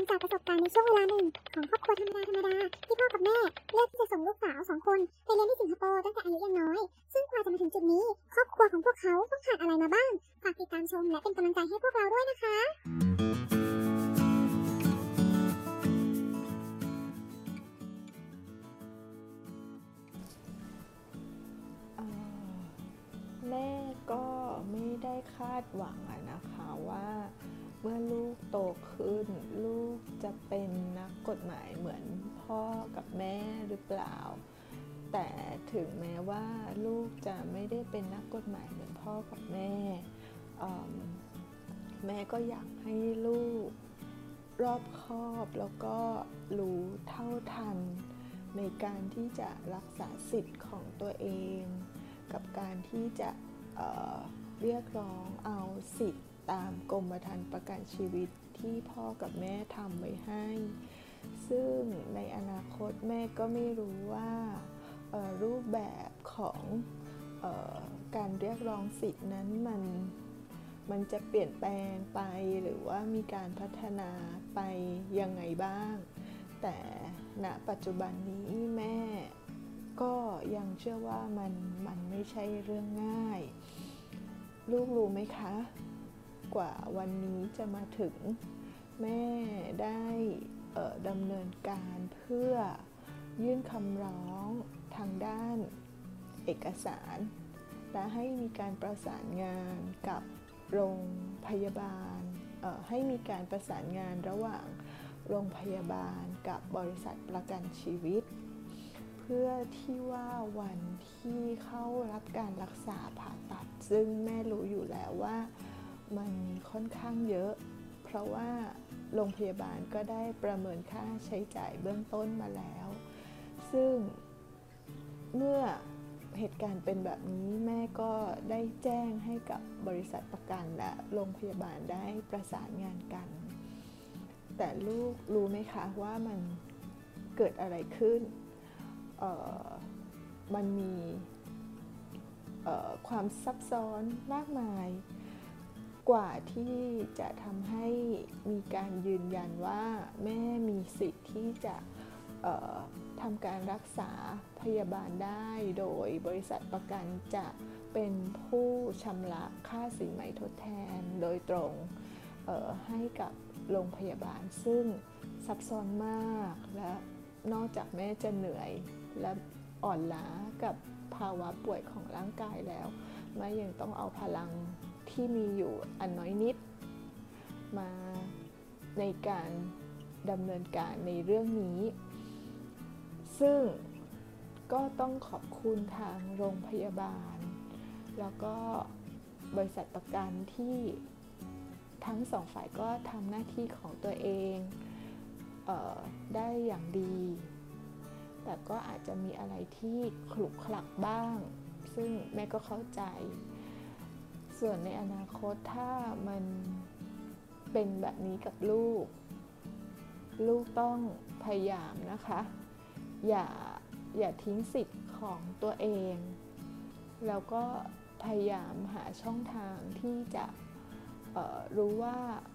จากประสบการณ์ในช่วงเวลาหนึ่งของครอบครัวธรรมดาที่พ่อกับแม่เลือกที่จะส่งลูกสาว2 คนไปเรียนที่สิงคโปร์ตั้งแต่อายุยังน้อยซึ่งกว่าจะมาถึงจุดนี้ครอบครัวของพวกเขาต้องผ่านอะไรมาบ้างฝากติดตามชมและเป็นกำลังใจให้พวกเราด้วยนะคะแม่ก็ไม่ได้คาดหวังนะคะว่าเมื่อลูกโตขึ้นลูกจะเป็นนักกฎหมายเหมือนพ่อกับแม่หรือเปล่าแต่ถึงแม้ว่าลูกจะไม่ได้เป็นนักกฎหมายเหมือนพ่อกับแม่แม่ก็อยากให้ลูกรอบคอบแล้วก็รู้เท่าทันในการที่จะรักษาสิทธิ์ของตัวเองกับการที่จะเรียกร้องเอาสิทธิ์ตามกรมธรรม์ประกันชีวิตที่พ่อกับแม่ทำไว้ให้ซึ่งในอนาคตแม่ก็ไม่รู้ว่ารูปแบบของการเรียกร้องสิทธิ์นั้นมันจะเปลี่ยนแปลงไปหรือว่ามีการพัฒนาไปยังไงบ้างแต่ณปัจจุบันนี้แม่ก็ยังเชื่อว่ามันไม่ใช่เรื่องง่ายลูกรู้ไหมคะกว่าวันนี้จะมาถึงแม่ได้ดำเนินการเพื่อยื่นคำร้องทางด้านเอกสารและให้มีการประสานงานกับโรงพยาบาลให้มีการประสานงานระหว่างโรงพยาบาลกับบริษัทประกันชีวิตเพื่อที่ว่าวันที่เข้ารับการรักษาผ่าตัดซึ่งแม่รู้อยู่แล้วว่ามันค่อนข้างเยอะเพราะว่าโรงพยาบาลก็ได้ประเมินค่าใช้จ่ายเบื้องต้นมาแล้วซึ่งเมื่อเหตุการณ์เป็นแบบนี้แม่ก็ได้แจ้งให้กับบริษัทประกันและโรงพยาบาลได้ประสานงานกันแต่ลูกรู้ไหมคะว่ามันเกิดอะไรขึ้นมันมีความซับซ้อนมากมายกว่าที่จะทำให้มีการยืนยันว่าแม่มีสิทธิ์ที่จะทำการรักษาพยาบาลได้โดยบริษัทประกันจะเป็นผู้ชำระค่าสินไหมทดแทนโดยตรงให้กับโรงพยาบาลซึ่งซับซ้อนมากและนอกจากแม่จะเหนื่อยและอ่อนล้ากับภาวะป่วยของร่างกายแล้วแม่ยังต้องเอาพลังที่มีอยู่อันน้อยนิดมาในการดำเนินการในเรื่องนี้ซึ่งก็ต้องขอบคุณทางโรงพยาบาลแล้วก็บริษัทประกันที่ทั้งสองฝ่ายก็ทำหน้าที่ของตัวเองได้อย่างดีแต่ก็อาจจะมีอะไรที่ขลุกขลักบ้างซึ่งแม่ก็เข้าใจส่วนในอนาคตถ้ามันเป็นแบบนี้กับลูกต้องพยายามนะคะอย่าทิ้งสิทธิ์ของตัวเองแล้วก็พยายามหาช่องทางที่จะรู้ว่า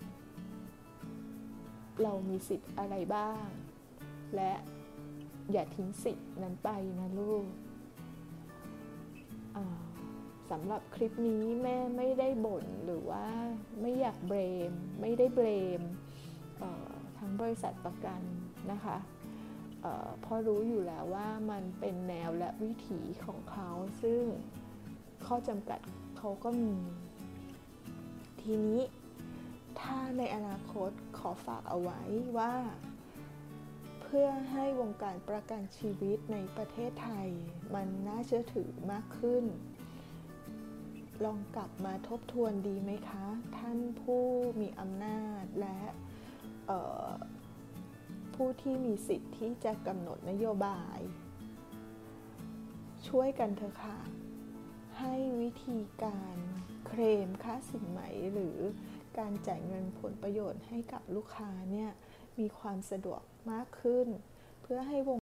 เรามีสิทธิ์อะไรบ้างและอย่าทิ้งสิทธิ์นั้นไปนะลูกสำหรับคลิปนี้แม่ไม่ได้บ่นหรือว่าไม่อยากไม่ได้เบลมทั้งบริษัทประกันนะคะเพราะรู้อยู่แล้วว่ามันเป็นแนวและวิถีของเขาซึ่งข้อจำกัดเขาก็มีทีนี้ถ้าในอนาคตขอฝากเอาไว้ว่าเพื่อให้วงการประกันชีวิตในประเทศไทยมันน่าเชื่อถือมากขึ้นลองกลับมาทบทวนดีไหมคะท่านผู้มีอำนาจและผู้ที่มีสิทธิ์ที่จะกำหนดนโยบายช่วยกันเถอะค่ะให้วิธีการเคลมค่าสินไหมหรือการจ่ายเงินผลประโยชน์ให้กับลูกค้าเนี่ยมีความสะดวกมากขึ้นเพื่อให้วง